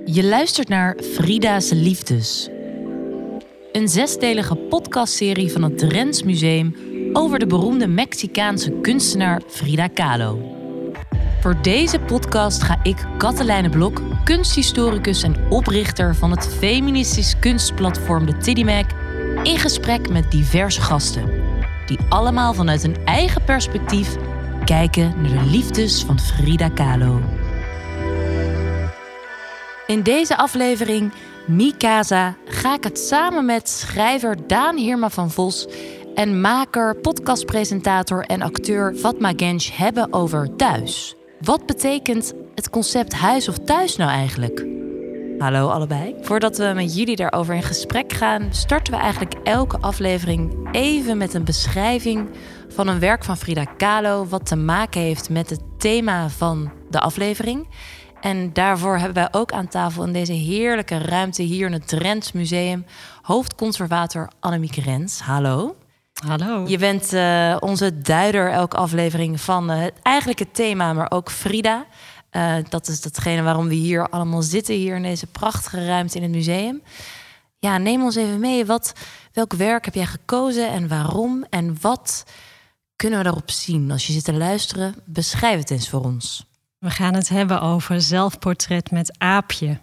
Je luistert naar Frida's Liefdes. Een 6-delige podcastserie van het Drents Museum over de beroemde Mexicaanse kunstenaar Frida Kahlo. Voor deze podcast ga ik, Katelijne Blok, kunsthistoricus en oprichter van het feministisch kunstplatform de Tiddymac, in gesprek met diverse gasten, die allemaal vanuit hun eigen perspectief kijken naar de liefdes van Frida Kahlo. In deze aflevering, Mi Casa, ga ik het samen met schrijver Daan Hirma van Vos en maker, podcastpresentator en acteur Fatma Genç hebben over thuis. Wat betekent het concept huis of thuis nou eigenlijk? Hallo allebei. Voordat we met jullie daarover in gesprek gaan, starten we eigenlijk elke aflevering even met een beschrijving van een werk van Frida Kahlo, wat te maken heeft met het thema van de aflevering. En daarvoor hebben wij ook aan tafel in deze heerlijke ruimte hier in het Drents Museum hoofdconservator Annemieke Rens. Hallo. Hallo. Je bent onze duider elke aflevering van eigenlijk het thema, maar ook Frida. Dat is datgene waarom we hier allemaal zitten, hier in deze prachtige ruimte in het museum. Ja, neem ons even mee. Welk werk heb jij gekozen en waarom? En wat kunnen we daarop zien? Als je zit te luisteren, beschrijf het eens voor ons. We gaan het hebben over zelfportret met aapje.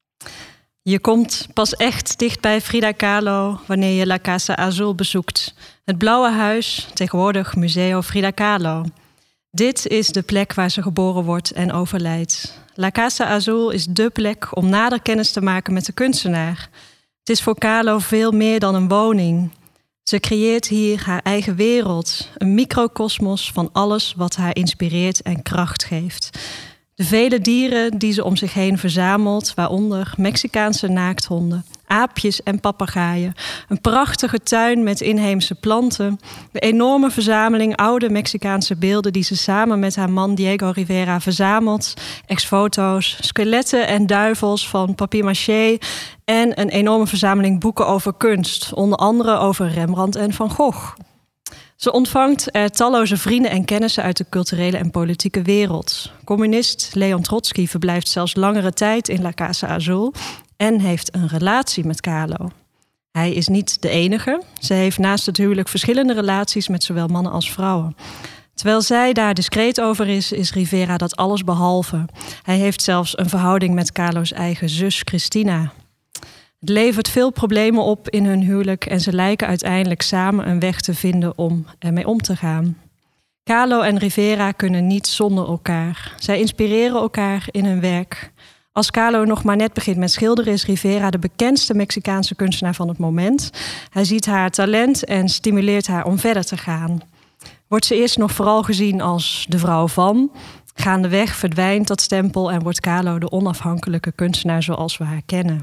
Je komt pas echt dicht bij Frida Kahlo wanneer je La Casa Azul bezoekt. Het blauwe huis, tegenwoordig Museo Frida Kahlo. Dit is de plek waar ze geboren wordt en overlijdt. La Casa Azul is dé plek om nader kennis te maken met de kunstenaar. Het is voor Kahlo veel meer dan een woning. Ze creëert hier haar eigen wereld, een microcosmos van alles wat haar inspireert en kracht geeft. De vele dieren die ze om zich heen verzamelt, waaronder Mexicaanse naakthonden, aapjes en papegaaien, een prachtige tuin met inheemse planten, de enorme verzameling oude Mexicaanse beelden die ze samen met haar man Diego Rivera verzamelt, ex-foto's, skeletten en duivels van papier-mâché en een enorme verzameling boeken over kunst, onder andere over Rembrandt en Van Gogh. Ze ontvangt er talloze vrienden en kennissen uit de culturele en politieke wereld. Communist Leon Trotsky verblijft zelfs langere tijd in La Casa Azul en heeft een relatie met Kahlo. Hij is niet de enige. Ze heeft naast het huwelijk verschillende relaties met zowel mannen als vrouwen. Terwijl zij daar discreet over is Rivera dat alles behalve. Hij heeft zelfs een verhouding met Kahlo's eigen zus Cristina. Het levert veel problemen op in hun huwelijk en ze lijken uiteindelijk samen een weg te vinden om ermee om te gaan. Kahlo en Rivera kunnen niet zonder elkaar. Zij inspireren elkaar in hun werk. Als Kahlo nog maar net begint met schilderen is Rivera de bekendste Mexicaanse kunstenaar van het moment. Hij ziet haar talent en stimuleert haar om verder te gaan. Wordt ze eerst nog vooral gezien als de vrouw van. Gaandeweg verdwijnt dat stempel en wordt Kahlo de onafhankelijke kunstenaar zoals we haar kennen.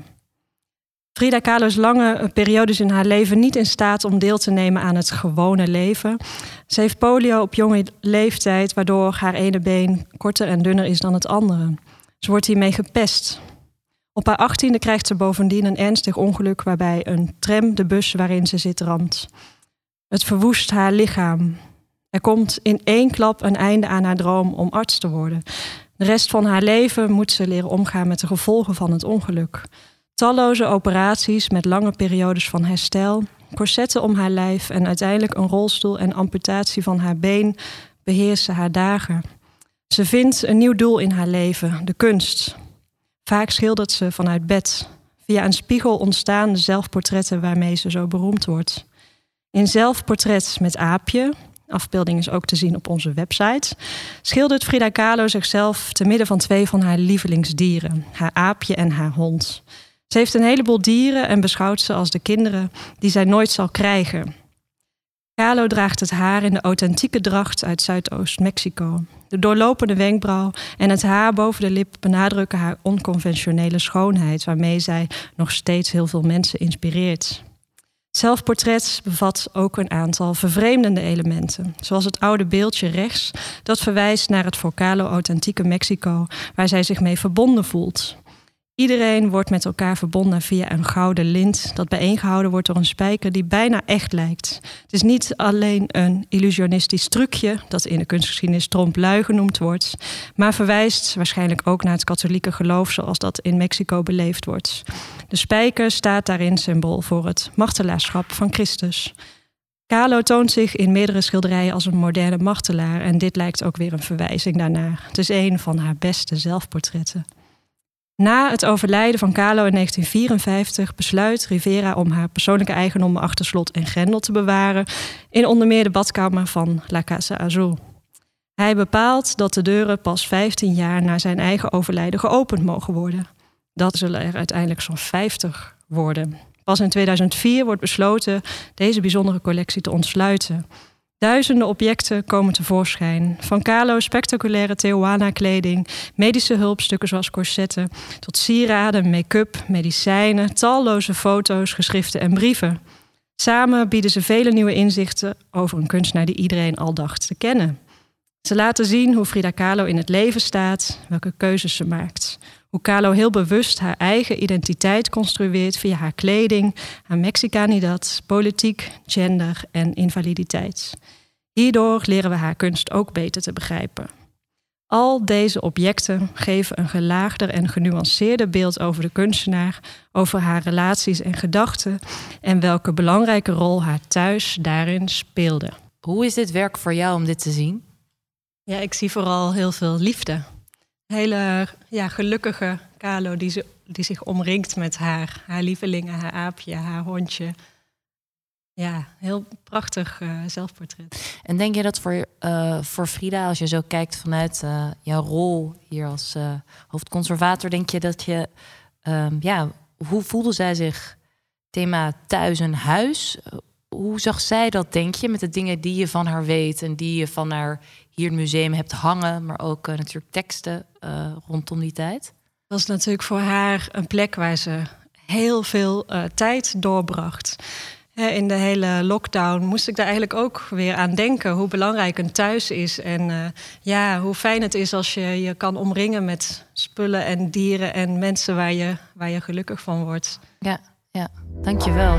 Frida Kahlo is lange periodes in haar leven niet in staat om deel te nemen aan het gewone leven. Ze heeft polio op jonge leeftijd, waardoor haar ene been korter en dunner is dan het andere. Ze wordt hiermee gepest. Op haar 18e krijgt ze bovendien een ernstig ongeluk waarbij een tram de bus waarin ze zit ramt. Het verwoest haar lichaam. Er komt in één klap een einde aan haar droom om arts te worden. De rest van haar leven moet ze leren omgaan met de gevolgen van het ongeluk. Talloze operaties met lange periodes van herstel, corsetten om haar lijf en uiteindelijk een rolstoel en amputatie van haar been beheersen haar dagen. Ze vindt een nieuw doel in haar leven, de kunst. Vaak schildert ze vanuit bed. Via een spiegel ontstaan de zelfportretten waarmee ze zo beroemd wordt. In Zelfportret met aapje, afbeelding is ook te zien op onze website, schildert Frida Kahlo zichzelf te midden van 2 van haar lievelingsdieren, haar aapje en haar hond. Ze heeft een heleboel dieren en beschouwt ze als de kinderen die zij nooit zal krijgen. Kahlo draagt het haar in de authentieke dracht uit Zuidoost-Mexico. De doorlopende wenkbrauw en het haar boven de lip benadrukken haar onconventionele schoonheid, waarmee zij nog steeds heel veel mensen inspireert. Zelfportret bevat ook een aantal vervreemdende elementen, zoals het oude beeldje rechts, dat verwijst naar het voor Kahlo authentieke Mexico, waar zij zich mee verbonden voelt. Iedereen wordt met elkaar verbonden via een gouden lint dat bijeengehouden wordt door een spijker die bijna echt lijkt. Het is niet alleen een illusionistisch trucje dat in de kunstgeschiedenis trompe-l'œil genoemd wordt, maar verwijst waarschijnlijk ook naar het katholieke geloof zoals dat in Mexico beleefd wordt. De spijker staat daarin symbool voor het martelaarschap van Christus. Kahlo toont zich in meerdere schilderijen als een moderne martelaar en dit lijkt ook weer een verwijzing daarnaar. Het is een van haar beste zelfportretten. Na het overlijden van Kahlo in 1954 besluit Rivera om haar persoonlijke eigendommen achter slot en grendel te bewaren in onder meer de badkamer van La Casa Azul. Hij bepaalt dat de deuren pas 15 jaar na zijn eigen overlijden geopend mogen worden. Dat zullen er uiteindelijk zo'n 50 worden. Pas in 2004 wordt besloten deze bijzondere collectie te ontsluiten. Duizenden objecten komen tevoorschijn. Van Kahlo's spectaculaire Tijuana-kleding, medische hulpstukken zoals corsetten, tot sieraden, make-up, medicijnen, talloze foto's, geschriften en brieven. Samen bieden ze vele nieuwe inzichten over een kunstenaar die iedereen al dacht te kennen. Ze laten zien hoe Frida Kahlo in het leven staat, welke keuzes ze maakt. Hoe Kahlo heel bewust haar eigen identiteit construeert via haar kleding, haar Mexicanidad, politiek, gender en invaliditeit. Hierdoor leren we haar kunst ook beter te begrijpen. Al deze objecten geven een gelaagder en genuanceerder beeld over de kunstenaar, over haar relaties en gedachten en welke belangrijke rol haar thuis daarin speelde. Hoe is dit werk voor jou om dit te zien? Ja, ik zie vooral heel veel liefde. Hele gelukkige Kahlo die zich omringt met haar lievelingen, haar aapje, haar hondje. Ja, heel prachtig zelfportret. En denk je dat voor Frida, als je zo kijkt vanuit jouw rol hier als hoofdconservator, denk je dat je, hoe voelde zij zich thema thuis en huis? Hoe zag zij dat, denk je, met de dingen die je van haar weet en die je van haar hier in het museum hebt hangen, maar ook natuurlijk teksten rondom die tijd? Dat was natuurlijk voor haar een plek waar ze heel veel tijd doorbracht. In de hele lockdown moest ik daar eigenlijk ook weer aan denken. Hoe belangrijk een thuis is. En hoe fijn het is als je je kan omringen met spullen en dieren en mensen waar je gelukkig van wordt. Ja, dankjewel.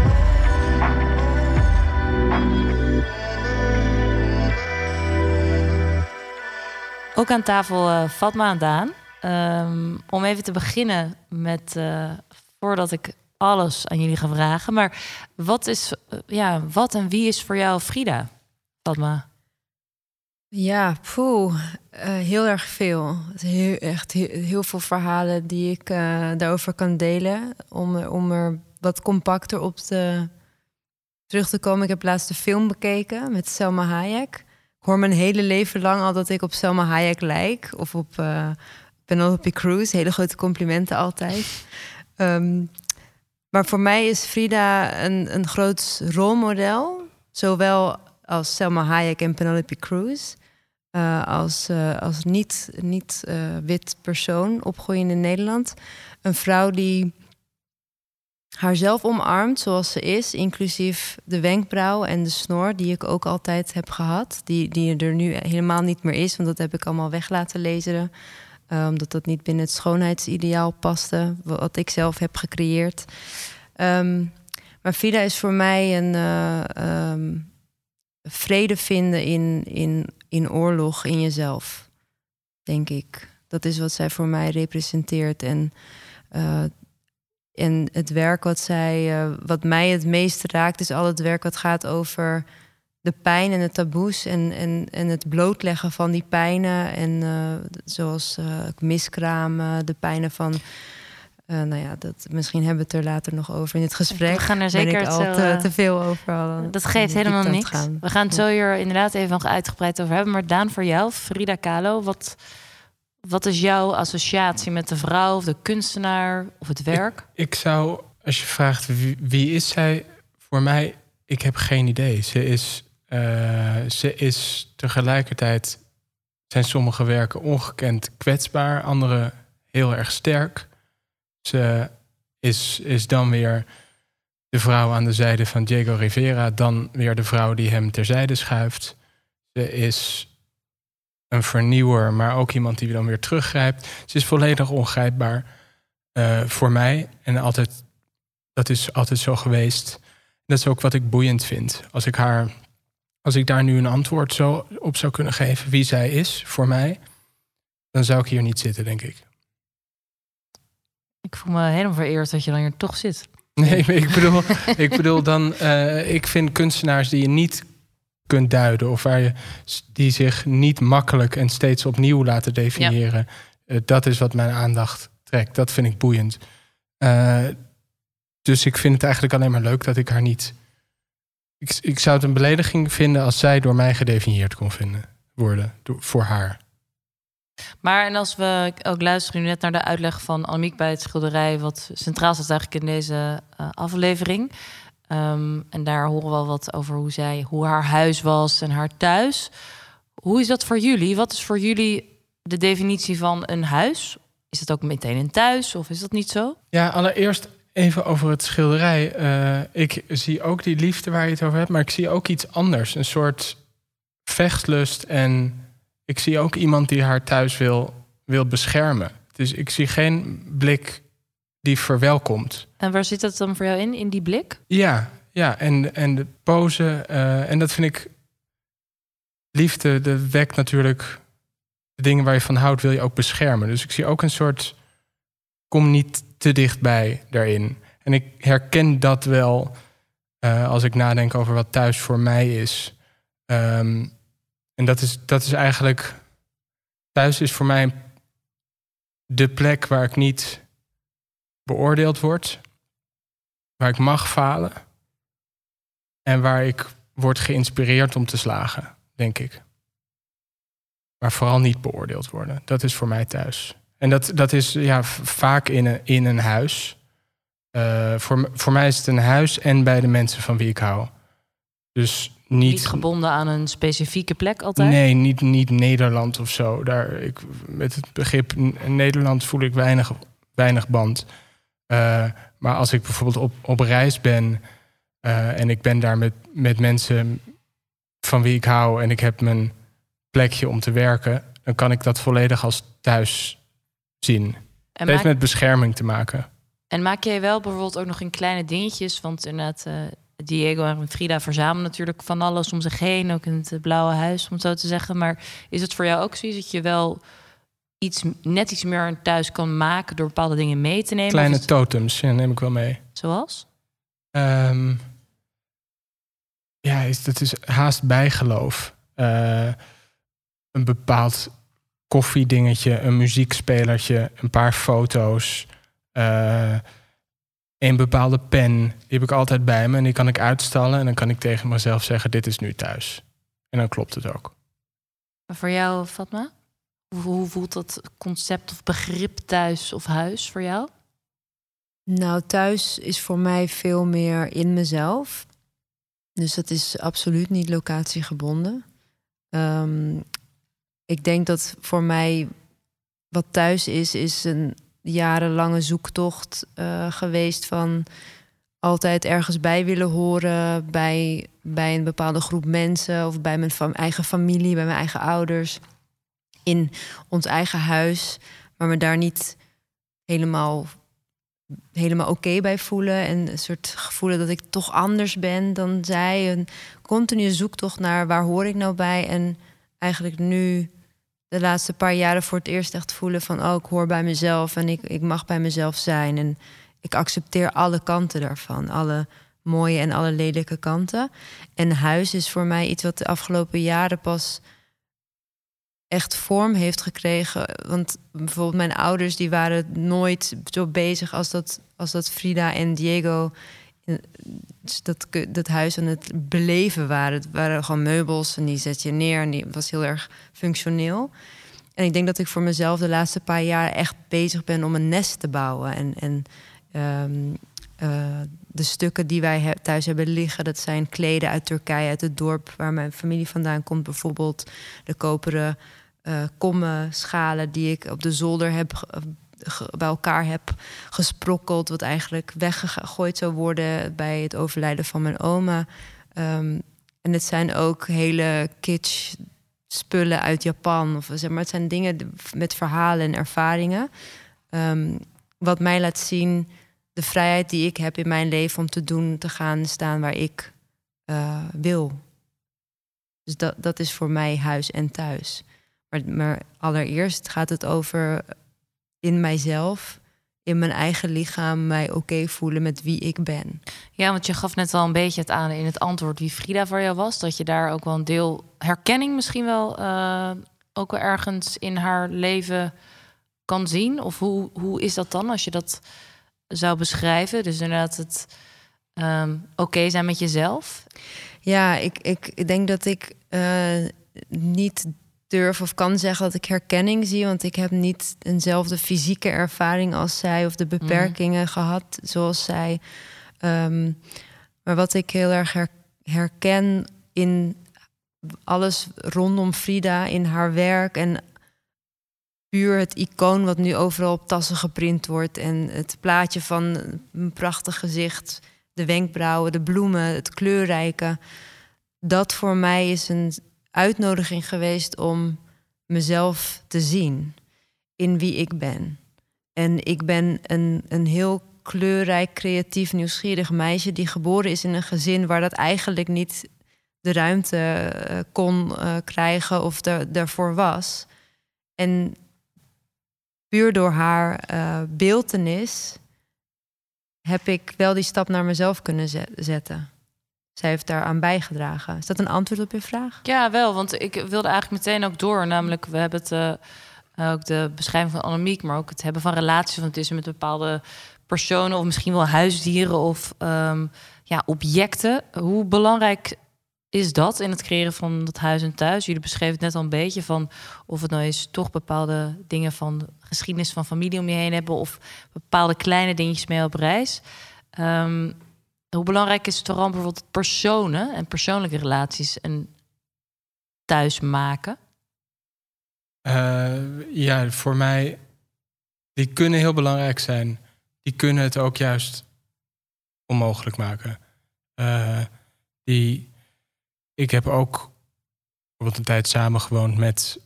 Ook aan tafel Fatma en Daan. Om even te beginnen met, voordat ik alles aan jullie ga vragen. Maar wat en wie is voor jou Frida, Fatma? Ja, heel erg veel. Heel veel verhalen die ik daarover kan delen. Om er wat compacter op terug te komen. Ik heb laatst de film bekeken met Selma Hayek. Ik hoor mijn hele leven lang al dat ik op Selma Hayek lijk. Of op Penelope Cruz. Hele grote complimenten altijd. Maar voor mij is Frida een groot rolmodel. Zowel als Selma Hayek en Penelope Cruz. Als niet-wit persoon opgroeiend in Nederland. Een vrouw die haarzelf omarmt zoals ze is. Inclusief de wenkbrauw en de snor die ik ook altijd heb gehad. Die er nu helemaal niet meer is. Want dat heb ik allemaal weg laten lezen. Omdat dat niet binnen het schoonheidsideaal paste. Wat ik zelf heb gecreëerd. Maar Frida is voor mij een vrede vinden in oorlog in jezelf. Denk ik. Dat is wat zij voor mij representeert. En het werk wat mij het meest raakt, is al het werk wat gaat over de pijn en de taboes en het blootleggen van die pijnen. En zoals miskramen, de pijnen van... misschien hebben we het er later nog over in het gesprek. We gaan er zeker te veel over. Dat geeft helemaal niks. We gaan het zo hier inderdaad even nog uitgebreid over hebben. Maar Daan, voor jou, Frida Kahlo, wat is jouw associatie met de vrouw of de kunstenaar of het werk? Ik zou, als je vraagt wie is zij, voor mij, ik heb geen idee. Ze is tegelijkertijd, zijn sommige werken ongekend kwetsbaar, andere heel erg sterk. Ze is dan weer de vrouw aan de zijde van Diego Rivera, dan weer de vrouw die hem terzijde schuift. Ze is een vernieuwer, maar ook iemand die dan weer teruggrijpt. Ze is volledig ongrijpbaar. voor mij. En dat is altijd zo geweest. Dat is ook wat ik boeiend vind. Als ik daar nu een antwoord zo op zou kunnen geven, wie zij is voor mij, dan zou ik hier niet zitten, denk ik. Ik voel me helemaal vereerd dat je dan hier toch zit. Nee, ik bedoel dan, ik vind kunstenaars die je niet kunt duiden, of die zich niet makkelijk en steeds opnieuw laten definiëren. Ja. Dat is wat mijn aandacht trekt. Dat vind ik boeiend. Dus ik vind het eigenlijk alleen maar leuk dat ik haar niet... Ik zou het een belediging vinden als zij door mij gedefinieerd kon worden voor haar. Maar en als we ook luisteren nu net naar de uitleg van Annemiek bij het schilderij, wat centraal staat eigenlijk in deze aflevering. En daar horen we wel wat over hoe haar huis was en haar thuis. Hoe is dat voor jullie? Wat is voor jullie de definitie van een huis? Is het ook meteen een thuis of is dat niet zo? Ja, allereerst even over het schilderij. Ik zie ook die liefde waar je het over hebt, maar ik zie ook iets anders. Een soort vechtlust en ik zie ook iemand die haar thuis wil beschermen. Dus ik zie geen blik die verwelkomt. En waar zit dat dan voor jou in die blik? Ja, en de pose. En dat vind ik... Liefde, de wekt natuurlijk... De dingen waar je van houdt, wil je ook beschermen. Dus ik zie ook een soort... Kom niet te dichtbij daarin. En ik herken dat wel... als ik nadenk over wat thuis voor mij is. En dat is eigenlijk... Thuis is voor mij de plek waar ik niet beoordeeld word. Waar ik mag falen. En waar ik word geïnspireerd om te slagen, denk ik. Maar vooral niet beoordeeld worden. Dat is voor mij thuis. En dat is vaak in een huis. Voor mij is het een huis en bij de mensen van wie ik hou. Dus niet gebonden aan een specifieke plek altijd? Nee, niet Nederland of zo. Met het begrip Nederland voel ik weinig band. Maar als ik bijvoorbeeld op reis ben... en ik ben daar met mensen van wie ik hou... en ik heb mijn plekje om te werken... dan kan ik dat volledig als thuis zien. Het heeft met bescherming te maken. En maak jij wel bijvoorbeeld ook nog in kleine dingetjes... want inderdaad, Diego en Frida verzamelen natuurlijk van alles om zich heen... ook in het blauwe huis, om het zo te zeggen. Maar is het voor jou ook zoiets dat je wel... net iets meer thuis kan maken... door bepaalde dingen mee te nemen? Kleine totems, neem ik wel mee. Zoals? Dat is haast bijgeloof. Een bepaald koffiedingetje, een muziekspelertje, een paar foto's, een bepaalde pen. Die heb ik altijd bij me en die kan ik uitstallen en dan kan ik tegen mezelf zeggen: dit is nu thuis. En dan klopt het ook. Maar voor jou, Fatma? Hoe voelt dat concept of begrip thuis of huis voor jou? Nou, thuis is voor mij veel meer in mezelf. Dus dat is absoluut niet locatiegebonden. Ik denk dat voor mij wat thuis is een jarenlange zoektocht geweest van altijd ergens bij willen horen, bij een bepaalde groep mensen of bij mijn eigen familie, bij mijn eigen ouders, in ons eigen huis, maar me daar niet helemaal oké bij voelen en een soort gevoelen dat ik toch anders ben dan zij. Een continue zoektocht naar waar hoor ik nou bij en eigenlijk nu de laatste paar jaren voor het eerst echt voelen van ik hoor bij mezelf en ik mag bij mezelf zijn en ik accepteer alle kanten daarvan, alle mooie en alle lelijke kanten. En huis is voor mij iets wat de afgelopen jaren pas echt vorm heeft gekregen. Want bijvoorbeeld mijn ouders die waren nooit zo bezig als dat Frida en Diego dat huis aan het beleven waren. Het waren gewoon meubels en die zet je neer en die was heel erg functioneel. En ik denk dat ik voor mezelf de laatste paar jaar echt bezig ben om een nest te bouwen. En de stukken die wij thuis hebben liggen, dat zijn kleden uit Turkije, uit het dorp waar mijn familie vandaan komt. Bijvoorbeeld de koperen kommen, schalen die ik op de zolder bij elkaar heb gesprokkeld, wat eigenlijk weggegooid zou worden bij het overlijden van mijn oma. En het zijn ook hele kitsch spullen uit Japan. Of zeg maar, het zijn dingen met verhalen en ervaringen. wat mij laat zien de vrijheid die ik heb in mijn leven om te gaan staan waar ik wil. Dus dat is voor mij huis en thuis. Maar allereerst gaat het over in mijzelf, in mijn eigen lichaam, mij oké voelen met wie ik ben. Ja, want je gaf net al een beetje het aan in het antwoord wie Frida voor jou was. Dat je daar ook wel een deel herkenning misschien wel ook wel ergens in haar leven kan zien. Of hoe is dat dan als je dat zou beschrijven? Dus inderdaad het oké zijn met jezelf. Ja, ik denk dat ik niet durf of kan zeggen dat ik herkenning zie, want ik heb niet eenzelfde fysieke ervaring als zij of de beperkingen gehad zoals zij. Maar wat ik heel erg herken in alles rondom Frida, in haar werk en puur het icoon wat nu overal op tassen geprint wordt en het plaatje van een prachtig gezicht, de wenkbrauwen, de bloemen, het kleurrijke. Dat voor mij is een uitnodiging geweest om mezelf te zien in wie ik ben. En ik ben een heel kleurrijk, creatief, nieuwsgierig meisje die geboren is in een gezin waar dat eigenlijk niet de ruimte kon krijgen of daarvoor was. En puur door haar beeltenis heb ik wel die stap naar mezelf kunnen zetten. Zij heeft daaraan bijgedragen. Is dat een antwoord op je vraag? Ja, wel, want ik wilde eigenlijk meteen ook door. Namelijk, we hebben het ook de beschrijving van Annemiek, maar ook het hebben van relaties. Want het is met bepaalde personen of misschien wel huisdieren of objecten. Hoe belangrijk is dat in het creëren van dat huis en thuis? Jullie beschreven het net al een beetje van of het nou is toch bepaalde dingen van de geschiedenis van familie om je heen hebben of bepaalde kleine dingetjes mee op reis. Hoe belangrijk is het vooral bijvoorbeeld personen en persoonlijke relaties en thuis maken? Ja, voor mij, die kunnen heel belangrijk zijn. Die kunnen het ook juist onmogelijk maken. Ik heb ook bijvoorbeeld een tijd samengewoond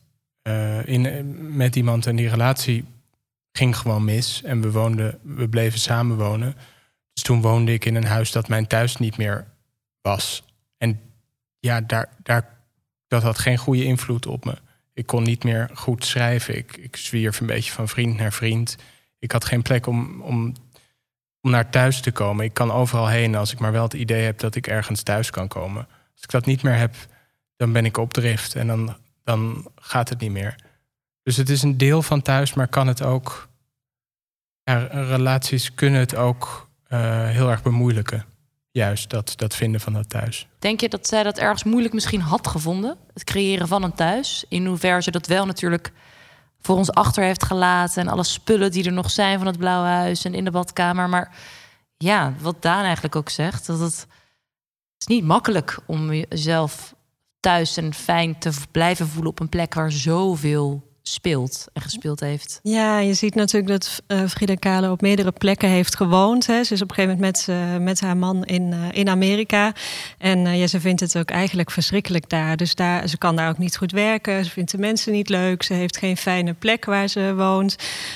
met iemand en die relatie ging gewoon mis. En we bleven samenwonen. Dus toen woonde ik in een huis dat mijn thuis niet meer was. En ja, dat had geen goede invloed op me. Ik kon niet meer goed schrijven. Ik zwierf een beetje van vriend naar vriend. Ik had geen plek om naar thuis te komen. Ik kan overal heen als ik maar wel het idee heb dat ik ergens thuis kan komen. Als ik dat niet meer heb, dan ben ik op drift en dan gaat het niet meer. Dus het is een deel van thuis, maar kan het ook... Ja, relaties kunnen het ook heel erg bemoeilijken. Juist dat vinden van dat thuis. Denk je dat zij dat ergens moeilijk misschien had gevonden? Het creëren van een thuis? In hoeverre ze dat wel natuurlijk voor ons achter heeft gelaten... en alle spullen die er nog zijn van het Blauwe Huis en in de badkamer. Maar ja, wat Daan eigenlijk ook zegt... dat het is niet makkelijk om jezelf thuis en fijn te blijven voelen... op een plek waar zoveel speelt en gespeeld heeft. Ja, je ziet natuurlijk dat Frida Kahlo op meerdere plekken heeft gewoond. Hè. Ze is op een gegeven moment met haar man in Amerika. En ze vindt het ook eigenlijk verschrikkelijk daar. Dus ze kan daar ook niet goed werken. Ze vindt de mensen niet leuk. Ze heeft geen fijne plek waar ze woont.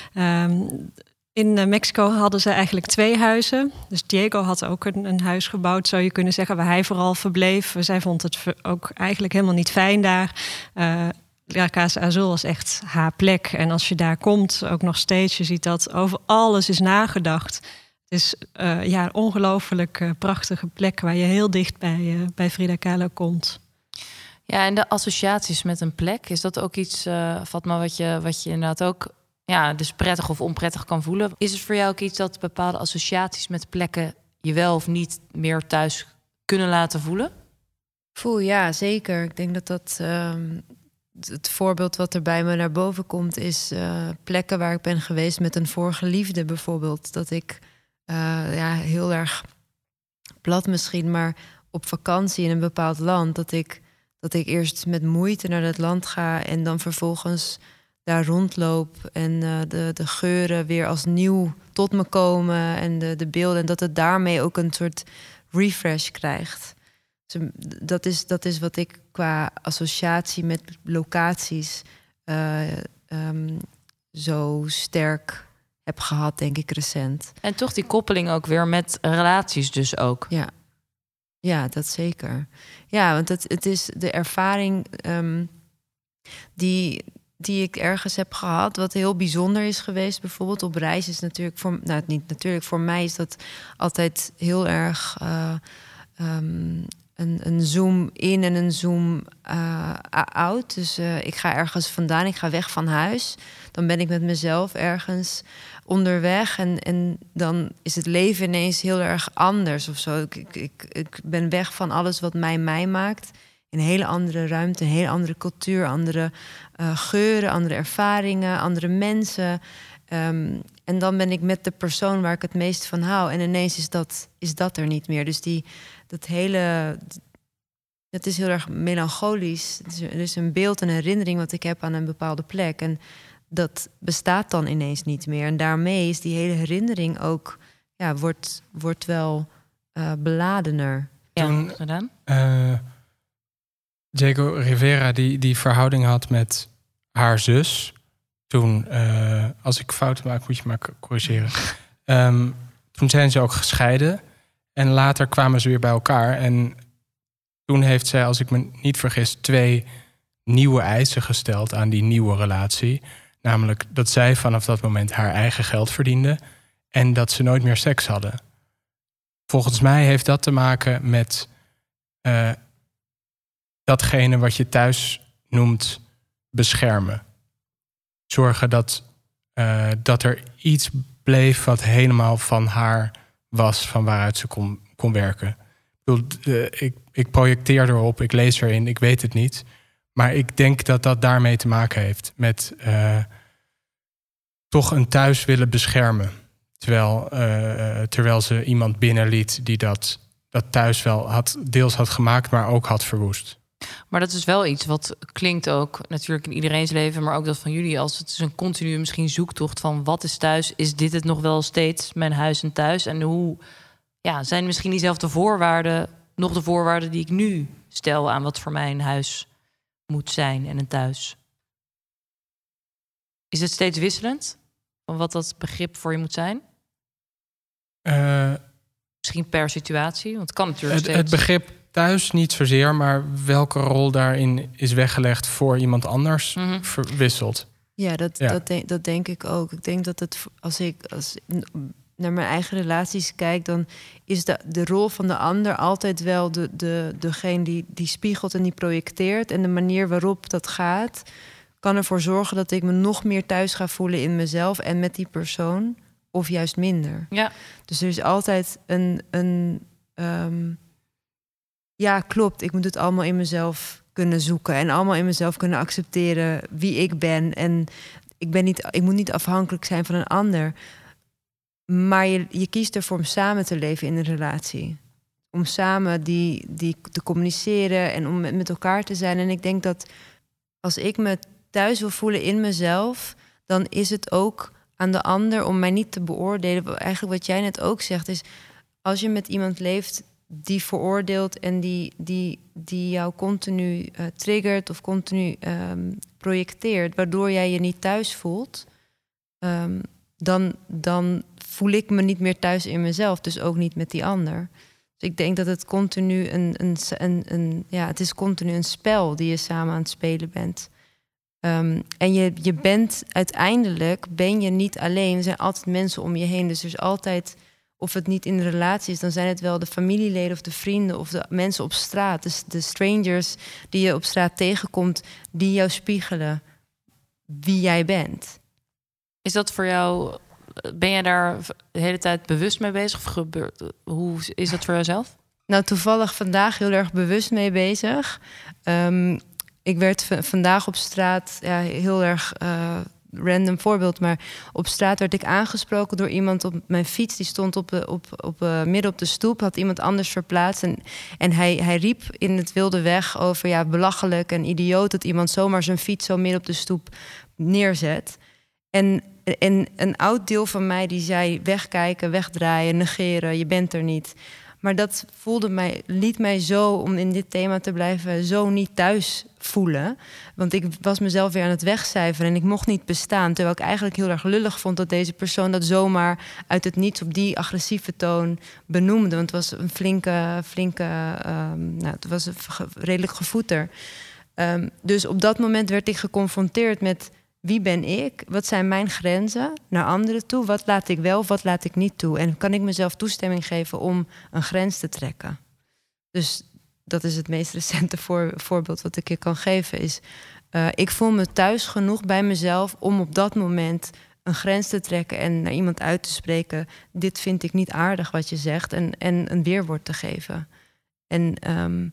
In Mexico hadden ze eigenlijk 2 huizen. Dus Diego had ook een huis gebouwd, zou je kunnen zeggen... waar hij vooral verbleef. Zij vond het ook eigenlijk helemaal niet fijn daar... La Casa Azul was echt haar plek. En als je daar komt, ook nog steeds... je ziet dat over alles is nagedacht. Het is een ongelooflijk prachtige plek... waar je heel dicht bij Frida Kahlo komt. Ja, en de associaties met een plek... is dat ook iets, Fatma, wat je inderdaad ook... ja, dus prettig of onprettig kan voelen? Is het voor jou ook iets dat bepaalde associaties met plekken... je wel of niet meer thuis kunnen laten voelen? Ja, zeker. Ik denk dat... het voorbeeld wat er bij me naar boven komt... is plekken waar ik ben geweest met een vorige liefde bijvoorbeeld. Dat ik heel erg plat misschien... maar op vakantie in een bepaald land... dat ik eerst met moeite naar dat land ga... en dan vervolgens daar rondloop... en de geuren weer als nieuw tot me komen... en de beelden, en dat het daarmee ook een soort refresh krijgt... Dat is wat ik qua associatie met locaties zo sterk heb gehad, denk ik, recent. En toch die koppeling ook weer met relaties dus ook. Ja, dat zeker. Ja, want het is de ervaring die ik ergens heb gehad, wat heel bijzonder is geweest. Bijvoorbeeld op reis is natuurlijk voor mij is dat altijd heel erg een zoom in en een zoom out. Dus ik ga ergens vandaan, ik ga weg van huis. Dan ben ik met mezelf ergens onderweg en dan is het leven ineens heel erg anders of zo. Ik ben weg van alles wat mij maakt. Een hele andere ruimte, een hele andere cultuur, andere geuren, andere ervaringen, andere mensen. En dan ben ik met de persoon waar ik het meest van hou. En ineens is dat er niet meer. Dus het is heel erg melancholisch. Er is een beeld en herinnering wat ik heb aan een bepaalde plek. En dat bestaat dan ineens niet meer. En daarmee is die hele herinnering ook, wordt wel beladener. Ja, gedaan. Diego Rivera die verhouding had met haar zus. Toen, als ik fouten maak, moet je maar corrigeren. Toen zijn ze ook gescheiden. En later kwamen ze weer bij elkaar. En toen heeft zij, als ik me niet vergis, 2 nieuwe eisen gesteld aan die nieuwe relatie. Namelijk dat zij vanaf dat moment haar eigen geld verdiende. En dat ze nooit meer seks hadden. Volgens mij heeft dat te maken met datgene wat je thuis noemt beschermen. Zorgen dat er iets bleef wat helemaal van haar was, van waaruit ze kon werken. Ik projecteer erop, ik lees erin, ik weet het niet. Maar ik denk dat dat daarmee te maken heeft met toch een thuis willen beschermen. Terwijl ze iemand binnenliet die dat thuis wel deels had gemaakt, maar ook had verwoest. Maar dat is wel iets wat klinkt ook natuurlijk in iedereen's leven, maar ook dat van jullie, als het is een continue misschien zoektocht van wat is thuis, is dit het nog wel steeds, mijn huis en thuis? En hoe zijn misschien diezelfde voorwaarden nog de voorwaarden die ik nu stel aan wat voor mij een huis moet zijn en een thuis? Is het steeds wisselend van wat dat begrip voor je moet zijn? Misschien per situatie, want het kan natuurlijk steeds. Het begrip thuis niet zozeer, maar welke rol daarin is weggelegd voor iemand anders verwisselt. Ja, dat denk ik ook. Ik denk dat het, als ik naar mijn eigen relaties kijk, dan is de rol van de ander altijd wel degene die spiegelt en die projecteert. En de manier waarop dat gaat, kan ervoor zorgen dat ik me nog meer thuis ga voelen in mezelf en met die persoon, of juist minder. Ja. Dus er is altijd ja, klopt. Ik moet het allemaal in mezelf kunnen zoeken en allemaal in mezelf kunnen accepteren wie ik ben. En ik moet niet afhankelijk zijn van een ander. Maar je kiest ervoor om samen te leven in een relatie. Om samen die te communiceren en om met elkaar te zijn. En ik denk dat als ik me thuis wil voelen in mezelf, dan is het ook aan de ander om mij niet te beoordelen. Eigenlijk wat jij net ook zegt is, als je met iemand leeft die veroordeelt en die jou continu triggert of continu projecteert, waardoor jij je niet thuis voelt, dan voel ik me niet meer thuis in mezelf, dus ook niet met die ander. Dus ik denk dat het continu het is continu een spel die je samen aan het spelen bent. En je bent uiteindelijk niet alleen. Er zijn altijd mensen om je heen. Dus er is altijd, of het niet in de relatie is, dan zijn het wel de familieleden of de vrienden of de mensen op straat. Dus de strangers die je op straat tegenkomt, die jou spiegelen wie jij bent. Is dat voor jou, ben jij daar de hele tijd bewust mee bezig? Of hoe is dat voor jouzelf? Nou, toevallig vandaag heel erg bewust mee bezig. Ik werd vandaag op straat, heel erg random voorbeeld, maar op straat werd ik aangesproken door iemand op mijn fiets. Die stond midden op de stoep, had iemand anders verplaatst. En hij riep in het wilde weg over belachelijk en idioot dat iemand zomaar zijn fiets zo midden op de stoep neerzet. En een oud deel van mij die zei wegkijken, wegdraaien, negeren, je bent er niet. Maar dat liet mij zo, om in dit thema te blijven, zo niet thuis voelen. Want ik was mezelf weer aan het wegcijferen en ik mocht niet bestaan. Terwijl ik eigenlijk heel erg lullig vond dat deze persoon dat zomaar uit het niets op die agressieve toon benoemde. Want het was een flinke het was redelijk gevoeter. Dus op dat moment werd ik geconfronteerd met: wie ben ik? Wat zijn mijn grenzen naar anderen toe? Wat laat ik wel of wat laat ik niet toe? En kan ik mezelf toestemming geven om een grens te trekken? Dus dat is het meest recente voorbeeld wat ik je kan geven. Is, ik voel me thuis genoeg bij mezelf om op dat moment een grens te trekken en naar iemand uit te spreken: dit vind ik niet aardig wat je zegt, en een weerwoord te geven. En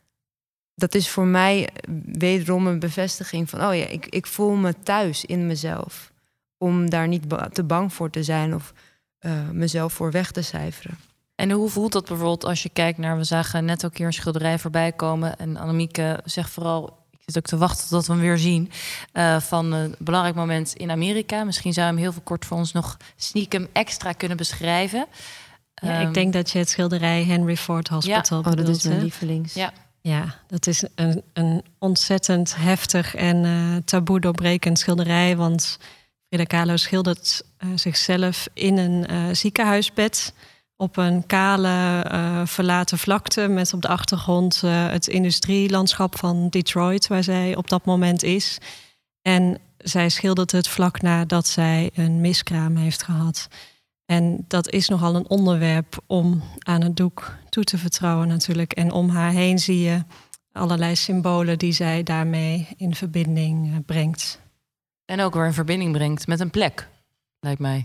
dat is voor mij wederom een bevestiging van: oh ja, ik voel me thuis in mezelf. Om daar niet te bang voor te zijn of mezelf voor weg te cijferen. En hoe voelt dat bijvoorbeeld als je kijkt naar... We zagen net ook hier een schilderij voorbij komen. En Annemieke zegt vooral... Ik zit ook te wachten tot we hem weer zien. Van een belangrijk moment in Amerika. Misschien zou je hem heel veel kort voor ons nog stiekem extra kunnen beschrijven. Ja, ik denk dat je het schilderij Henry Ford Hospital bedoelt. Dat is mijn lievelings. Ja, dat is een ontzettend heftig en taboe doorbrekend schilderij. Want Frida Kahlo schildert zichzelf in een ziekenhuisbed op een kale, verlaten vlakte met op de achtergrond het industrielandschap van Detroit, waar zij op dat moment is. En zij schildert het vlak nadat zij een miskraam heeft gehad. En dat is nogal een onderwerp om aan het doek toe te vertrouwen natuurlijk. En om haar heen zie je allerlei symbolen die zij daarmee in verbinding brengt. En ook weer in verbinding brengt met een plek, lijkt mij.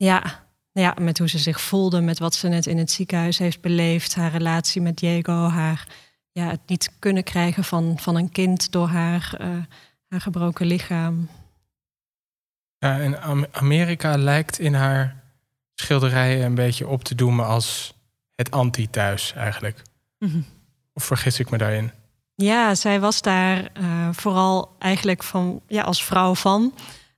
Ja, met hoe ze zich voelde, met wat ze net in het ziekenhuis heeft beleefd. Haar relatie met Diego, het niet kunnen krijgen van een kind door haar gebroken lichaam. Ja, en Amerika lijkt in haar schilderijen een beetje op te doemen als het anti-thuis eigenlijk. Mm-hmm. Of vergis ik me daarin? Ja, zij was daar vooral eigenlijk als vrouw van.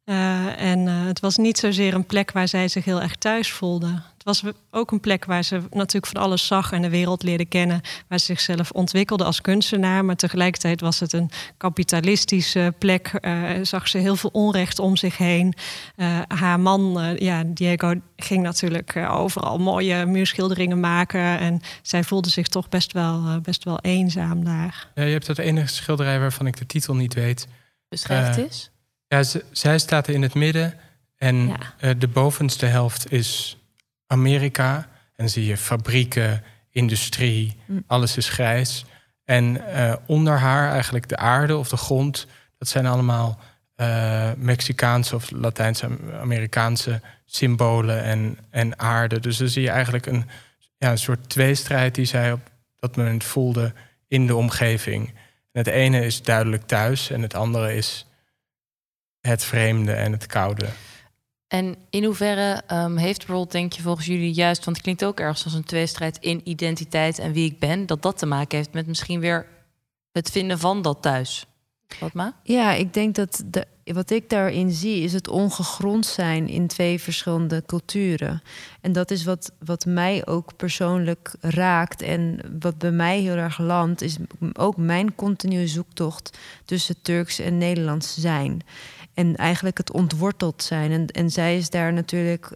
Het was niet zozeer een plek waar zij zich heel erg thuis voelde. Het was ook een plek waar ze natuurlijk van alles zag en de wereld leerde kennen. Waar ze zichzelf ontwikkelde als kunstenaar. Maar tegelijkertijd was het een kapitalistische plek. Zag ze heel veel onrecht om zich heen. Haar man, Diego, ging natuurlijk overal mooie muurschilderingen maken. En zij voelde zich toch best wel eenzaam daar. Ja, je hebt dat enige schilderij waarvan ik de titel niet weet. Beschrijf het eens. Ja, zij staat in het midden. En de bovenste helft is Amerika. En dan zie je fabrieken, industrie, alles is grijs. En onder haar eigenlijk de aarde of de grond. Dat zijn allemaal Mexicaanse of Latijns-Amerikaanse symbolen en aarde. Dus dan zie je eigenlijk een soort tweestrijd die zij op dat moment voelde in de omgeving. En het ene is duidelijk thuis en het andere is het vreemde en het koude. En in hoeverre heeft bijvoorbeeld, denk je volgens jullie juist... want het klinkt ook ergens als een tweestrijd in identiteit en wie ik ben... dat te maken heeft met misschien weer het vinden van dat thuis. Fatma? Ja, ik denk dat wat ik daarin zie is het ongegrond zijn in twee verschillende culturen. En dat is wat mij ook persoonlijk raakt en wat bij mij heel erg landt... is ook mijn continue zoektocht tussen Turks en Nederlands zijn... En eigenlijk het ontworteld zijn. En zij is daar natuurlijk...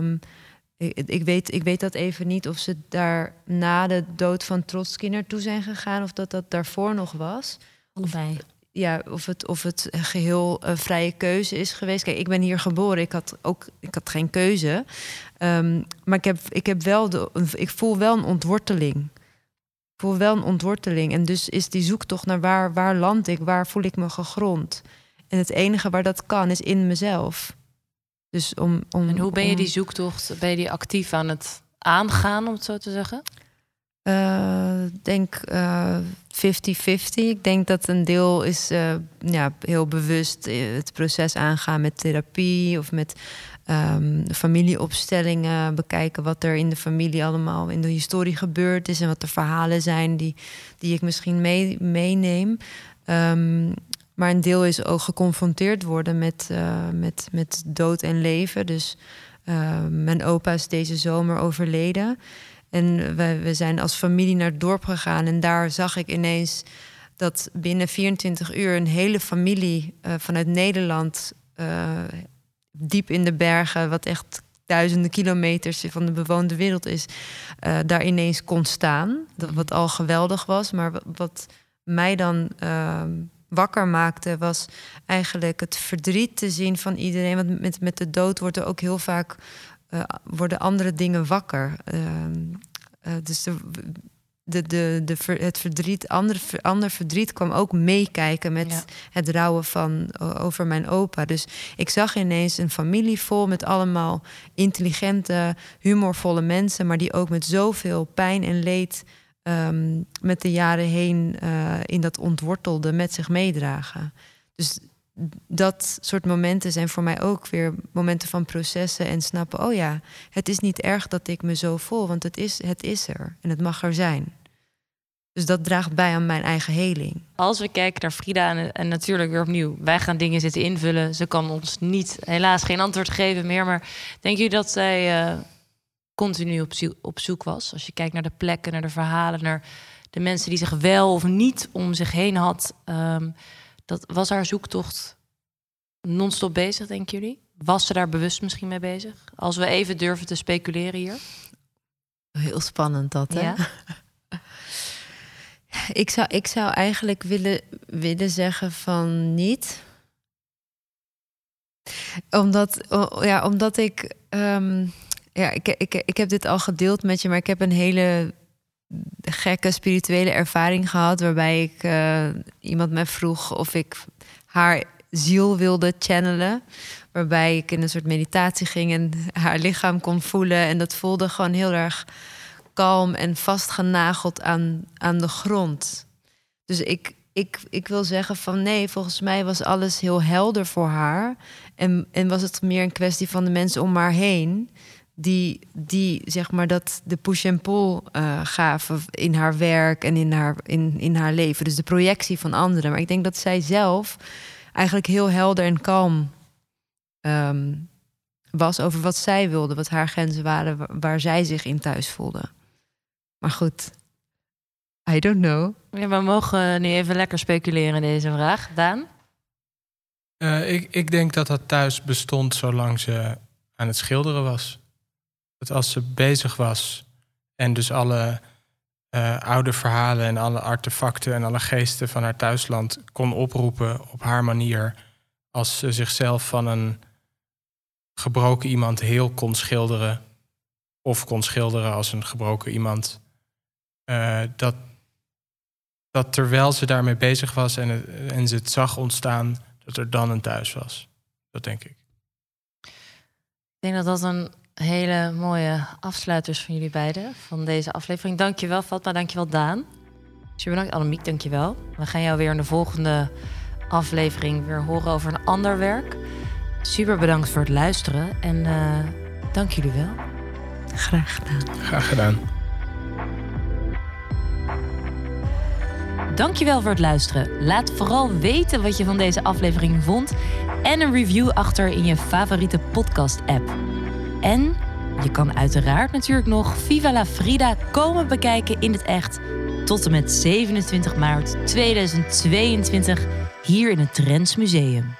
Ik weet dat even niet of ze daar na de dood van Trotsky naartoe zijn gegaan... of dat daarvoor nog was. Allebei. Of het geheel vrije keuze is geweest. Kijk, ik ben hier geboren. Ik had geen keuze. Maar ik voel wel een ontworteling. En dus is die zoektocht naar waar land ik? Waar voel ik me gegrond? En het enige waar dat kan is in mezelf. Dus en hoe ben je die zoektocht, ben je die actief aan het aangaan, om het zo te zeggen? Ik denk 50-50. Ik denk dat een deel is heel bewust het proces aangaan met therapie... of met familieopstellingen, bekijken wat er in de familie allemaal in de historie gebeurd is... en wat de verhalen zijn die ik misschien meeneem... Maar een deel is ook geconfronteerd worden met dood en leven. Dus mijn opa is deze zomer overleden. En we zijn als familie naar het dorp gegaan. En daar zag ik ineens dat binnen 24 uur een hele familie vanuit Nederland, diep in de bergen, wat echt duizenden kilometers van de bewoonde wereld is, daar ineens kon staan. Wat al geweldig was. Maar wat mij dan wakker maakte, was eigenlijk het verdriet te zien van iedereen. Want met de dood wordt er ook heel vaak worden andere dingen wakker. Dus het verdriet, ander verdriet kwam ook meekijken met het rouwen over mijn opa. Dus ik zag ineens een familie vol met allemaal intelligente, humorvolle mensen, maar die ook met zoveel pijn en leed met de jaren heen in dat ontwortelde met zich meedragen. Dus dat soort momenten zijn voor mij ook weer momenten van processen en snappen, oh ja, het is niet erg dat ik me zo voel, want het is er en het mag er zijn. Dus dat draagt bij aan mijn eigen heling. Als we kijken naar Frida en natuurlijk weer opnieuw, wij gaan dingen zitten invullen. Ze kan ons helaas geen antwoord geven meer. Maar denken jullie dat zij continu op zoek was? Als je kijkt naar de plekken, naar de verhalen, naar de mensen die zich wel of niet om zich heen had. Dat was haar zoektocht non-stop bezig, denken jullie? Was ze daar bewust misschien mee bezig? Als we even durven te speculeren hier. Heel spannend dat, hè? Ja. Ik zou eigenlijk willen zeggen van niet. Omdat ik... Ik heb dit al gedeeld met je, maar ik heb een hele gekke spirituele ervaring gehad, waarbij ik iemand mij vroeg of ik haar ziel wilde channelen. Waarbij ik in een soort meditatie ging en haar lichaam kon voelen. En dat voelde gewoon heel erg kalm en vastgenageld aan de grond. Dus ik wil zeggen van nee, volgens mij was alles heel helder voor haar. En was het meer een kwestie van de mensen om haar heen die zeg maar dat de push en pull gaven in haar werk en in haar leven. Dus de projectie van anderen. Maar ik denk dat zij zelf eigenlijk heel helder en kalm was over wat zij wilde, wat haar grenzen waren, waar zij zich in thuis voelde. Maar goed, I don't know. Ja, we mogen nu even lekker speculeren in deze vraag. Daan? Ik denk dat dat thuis bestond zolang ze aan het schilderen was. Dat als ze bezig was en dus alle oude verhalen en alle artefacten en alle geesten van haar thuisland kon oproepen op haar manier, als ze zichzelf van een gebroken iemand heel kon schilderen, of kon schilderen als een gebroken iemand, dat terwijl ze daarmee bezig was en ze het zag ontstaan, dat er dan een thuis was. Dat denk ik. Ik denk dat dat een hele mooie afsluiter is van jullie beiden, van deze aflevering. Dankjewel Fatma, dankjewel Daan. Super bedankt Annemiek, dankjewel. We gaan jou weer in de volgende aflevering weer horen over een ander werk. Super bedankt voor het luisteren en dank jullie wel. Graag gedaan. Graag gedaan. Dankjewel voor het luisteren. Laat vooral weten wat je van deze aflevering vond en een review achter in je favoriete podcast-app. En je kan uiteraard natuurlijk nog Viva la Frida komen bekijken in het echt tot en met 27 maart 2022 hier in het Drents Museum.